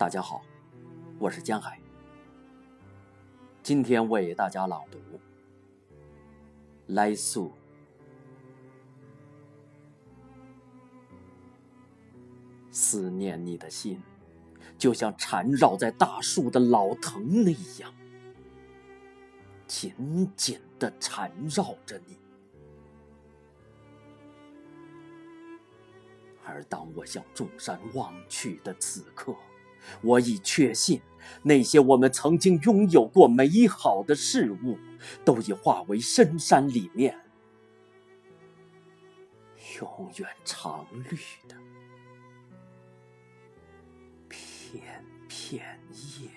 大家好，我是江海。今天为大家朗读来素。思念你的心，就像缠绕在大树的老藤那样，紧紧地缠绕着你。而当我向众山望去的此刻，我已确信，那些我们曾经拥有过美好的事物，都已化为深山里面永远常绿的片片叶。